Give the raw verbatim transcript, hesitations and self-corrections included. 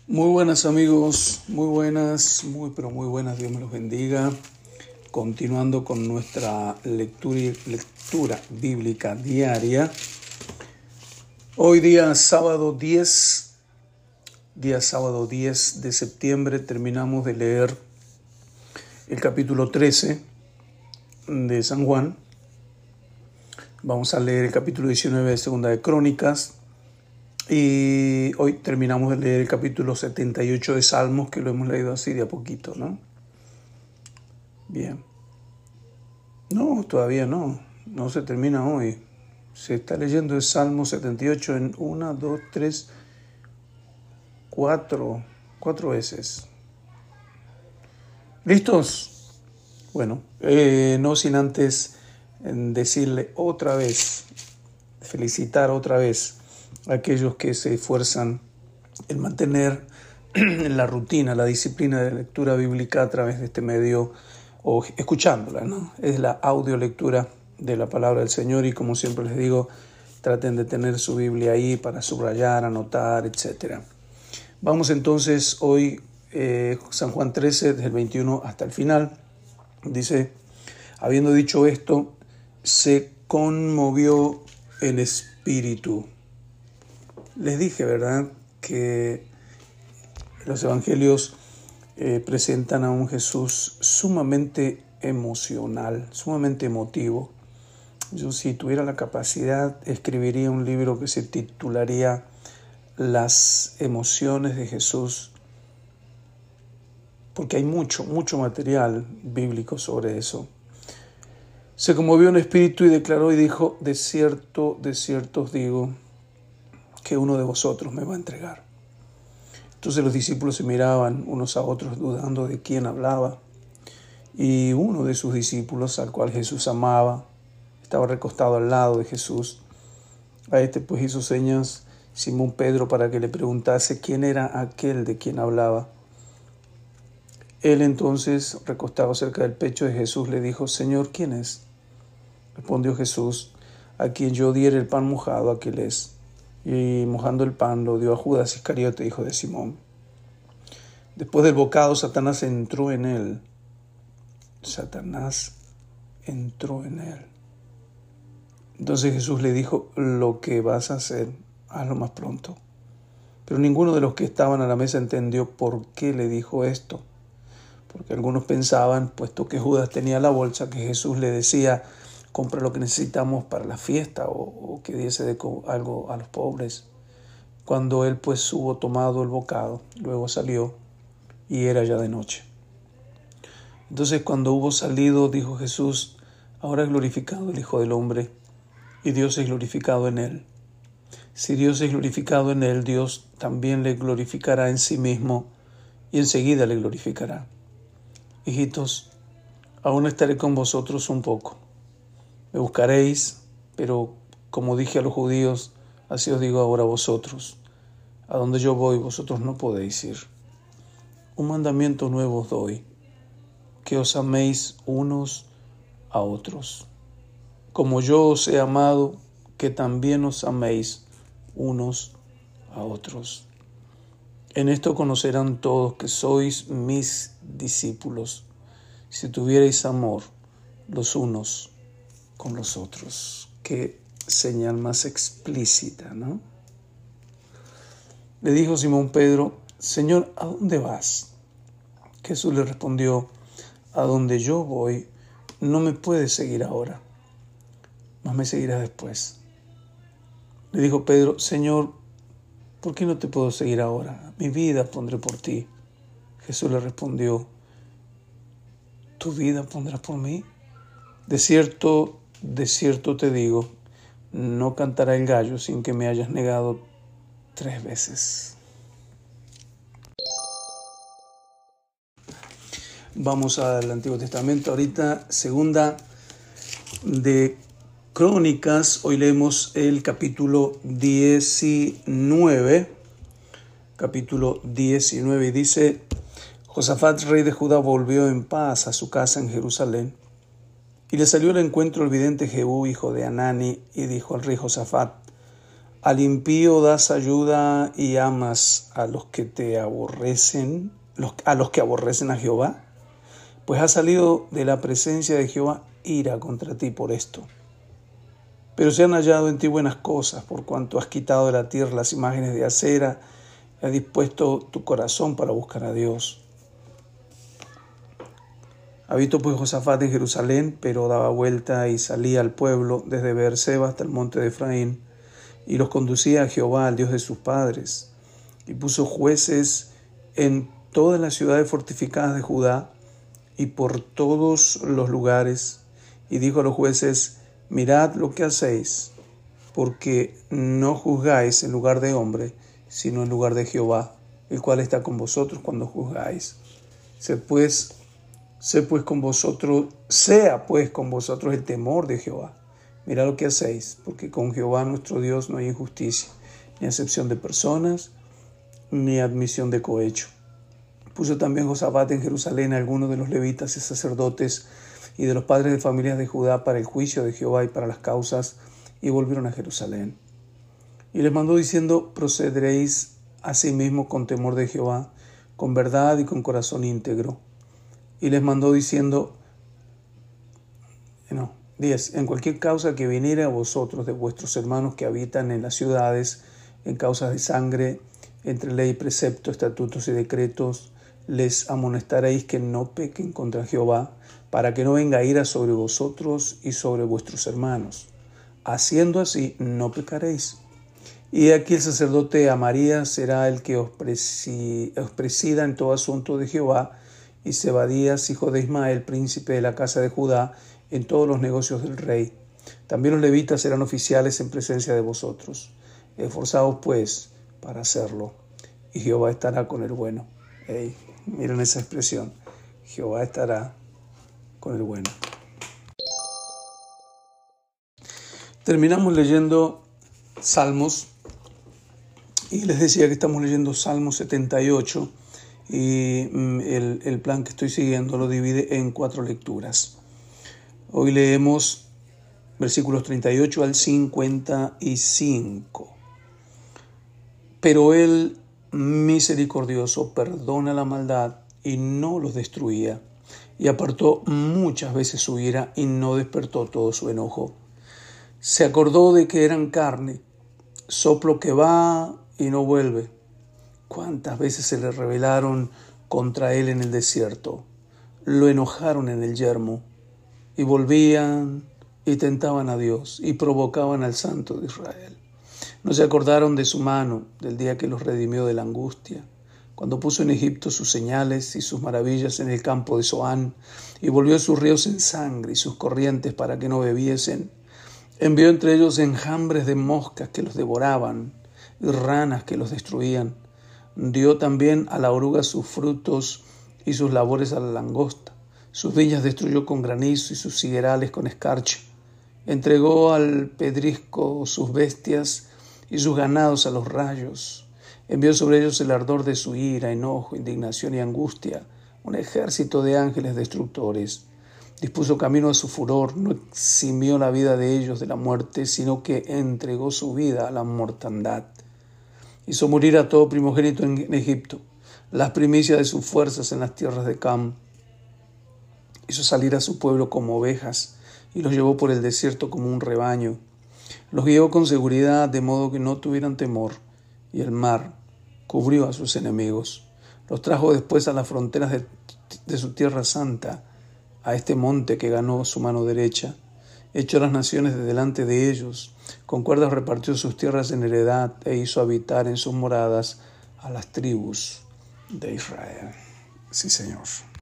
Muy buenas amigos, muy buenas, muy pero muy buenas, Dios me los bendiga. Continuando con nuestra lectura, lectura bíblica diaria. Hoy día sábado diez, día sábado diez de septiembre, terminamos de leer el capítulo trece de San Juan. Vamos a leer el capítulo diecinueve de Segunda de Crónicas. Y hoy terminamos de leer el capítulo setenta y ocho de Salmos, que lo hemos leído así de a poquito, ¿no? Bien. No, todavía no. No se termina hoy. Se está leyendo el Salmo setenta y ocho en una, dos, tres, cuatro, cuatro veces. ¿Listos? Bueno, eh, no sin antes decirle otra vez, felicitar otra vez a aquellos que se esfuerzan en mantener en la rutina, la disciplina de lectura bíblica a través de este medio o escuchándola, ¿no? Es la audiolectura de la palabra del Señor y como siempre les digo, traten de tener su Biblia ahí para subrayar, anotar, etcétera. Vamos entonces hoy, eh, San Juan trece, desde el veintiuno hasta el final. Dice, habiendo dicho esto, se conmovió el espíritu. Les dije, ¿verdad?, que los evangelios eh, presentan a un Jesús sumamente emocional, sumamente emotivo. Yo, si tuviera la capacidad, escribiría un libro que se titularía Las emociones de Jesús, porque hay mucho, mucho material bíblico sobre eso. Se conmovió en espíritu y declaró y dijo, de cierto, de cierto os digo, que uno de vosotros me va a entregar. Entonces los discípulos se miraban unos a otros dudando de quién hablaba. Y uno de sus discípulos, al cual Jesús amaba, estaba recostado al lado de Jesús. A este pues hizo señas Simón Pedro para que le preguntase quién era aquel de quien hablaba. Él entonces, recostado cerca del pecho de Jesús, le dijo, Señor, ¿quién es? Respondió Jesús, a quien yo diere el pan mojado, aquel es. Y mojando el pan lo dio a Judas Iscariote, hijo de Simón. Después del bocado, Satanás entró en él. Satanás entró en él. Entonces Jesús le dijo, lo que vas a hacer, hazlo más pronto. Pero ninguno de los que estaban a la mesa entendió por qué le dijo esto. Porque algunos pensaban, puesto que Judas tenía la bolsa, que Jesús le decía, compra lo que necesitamos para la fiesta o, o que diese de algo a los pobres. Cuando él pues hubo tomado el bocado, luego salió y era ya de noche. Entonces cuando hubo salido, dijo Jesús, ahora es glorificado el Hijo del Hombre y Dios es glorificado en él. Si Dios es glorificado en él, Dios también le glorificará en sí mismo y enseguida le glorificará. Hijitos, aún estaré con vosotros un poco. Me buscaréis, pero como dije a los judíos, así os digo ahora a vosotros. A donde yo voy, vosotros no podéis ir. Un mandamiento nuevo os doy, que os améis unos a otros. Como yo os he amado, que también os améis unos a otros. En esto conocerán todos que sois mis discípulos, si tuvierais amor los unos con los otros. Qué señal más explícita, ¿no? Le dijo Simón Pedro, Señor, ¿a dónde vas? Jesús le respondió, a donde yo voy, no me puedes seguir ahora, mas me seguirás después. Le dijo Pedro, Señor, ¿por qué no te puedo seguir ahora? Mi vida pondré por ti. Jesús le respondió, ¿tu vida pondrás por mí? De cierto, de cierto te digo, no cantará el gallo sin que me hayas negado tres veces. Vamos al Antiguo Testamento. Ahorita, segunda de Crónicas. Hoy leemos el capítulo diecinueve. Capítulo diecinueve. Y dice, Josafat, rey de Judá, volvió en paz a su casa en Jerusalén. Y le salió al encuentro el vidente Jehú, hijo de Anani, y dijo al rey Josafat, Al impío das ayuda y amas a los que te aborrecen, los, a los que aborrecen a Jehová. Pues ha salido de la presencia de Jehová ira contra ti por esto. Pero se han hallado en ti buenas cosas, por cuanto has quitado de la tierra las imágenes de acera, y has dispuesto tu corazón para buscar a Dios. Habitó pues Josafat en Jerusalén, pero daba vuelta y salía al pueblo desde Beerseba hasta el monte de Efraín, y los conducía a Jehová, al Dios de sus padres, y puso jueces en todas las ciudades fortificadas de Judá y por todos los lugares, y dijo a los jueces: mirad lo que hacéis, porque no juzgáis en lugar de hombre, sino en lugar de Jehová, el cual está con vosotros cuando juzgáis. Sed pues Sé pues con vosotros, sea pues con vosotros el temor de Jehová. Mirad lo que hacéis, porque con Jehová nuestro Dios no hay injusticia, ni acepción de personas, ni admisión de cohecho. Puso también Josafat en Jerusalén a algunos de los levitas y sacerdotes y de los padres de familias de Judá para el juicio de Jehová y para las causas, y volvieron a Jerusalén. Y les mandó diciendo: procederéis asimismo con temor de Jehová, con verdad y con corazón íntegro. Y les mandó diciendo, no, diez, en cualquier causa que viniere a vosotros de vuestros hermanos que habitan en las ciudades, en causas de sangre, entre ley, precepto, estatutos y decretos, les amonestaréis que no pequen contra Jehová, para que no venga ira sobre vosotros y sobre vuestros hermanos. Haciendo así, no pecaréis. Y aquí el sacerdote Amarías será el que os, presi- os presida en todo asunto de Jehová, y Zebadías, hijo de Ismael, príncipe de la casa de Judá, en todos los negocios del rey. También los levitas serán oficiales en presencia de vosotros. Esforzaos pues para hacerlo, y Jehová estará con el bueno. Hey, miren esa expresión, Jehová estará con el bueno. Terminamos leyendo Salmos, y les decía que estamos leyendo Salmo setenta y ocho, y el, el plan que estoy siguiendo lo divide en cuatro lecturas. Hoy leemos versículos treinta y ocho al cincuenta y cinco. Pero él, misericordioso, perdona la maldad y no los destruía, y apartó muchas veces su ira y no despertó todo su enojo. Se acordó de que eran carne, soplo que va y no vuelve. Cuántas veces se le rebelaron contra él en el desierto, lo enojaron en el yermo, y volvían y tentaban a Dios y provocaban al Santo de Israel. No se acordaron de su mano, del día que los redimió de la angustia, cuando puso en Egipto sus señales y sus maravillas en el campo de Zoán, y volvió sus ríos en sangre y sus corrientes para que no bebiesen. Envió entre ellos enjambres de moscas que los devoraban y ranas que los destruían. Dio también a la oruga sus frutos y sus labores a la langosta. Sus viñas destruyó con granizo y sus higuerales con escarcha. Entregó al pedrisco sus bestias y sus ganados a los rayos. Envió sobre ellos el ardor de su ira, enojo, indignación y angustia, un ejército de ángeles destructores. Dispuso camino a su furor, no eximió la vida de ellos de la muerte, sino que entregó su vida a la mortandad. Hizo morir a todo primogénito en Egipto, las primicias de sus fuerzas en las tierras de Cam. Hizo salir a su pueblo como ovejas y los llevó por el desierto como un rebaño. Los guió con seguridad de modo que no tuvieran temor, y el mar cubrió a sus enemigos. Los trajo después a las fronteras de, de su tierra santa, a este monte que ganó su mano derecha. Echó las naciones de delante de ellos, con cuerdas repartió sus tierras en heredad e hizo habitar en sus moradas a las tribus de Israel. Sí, Señor.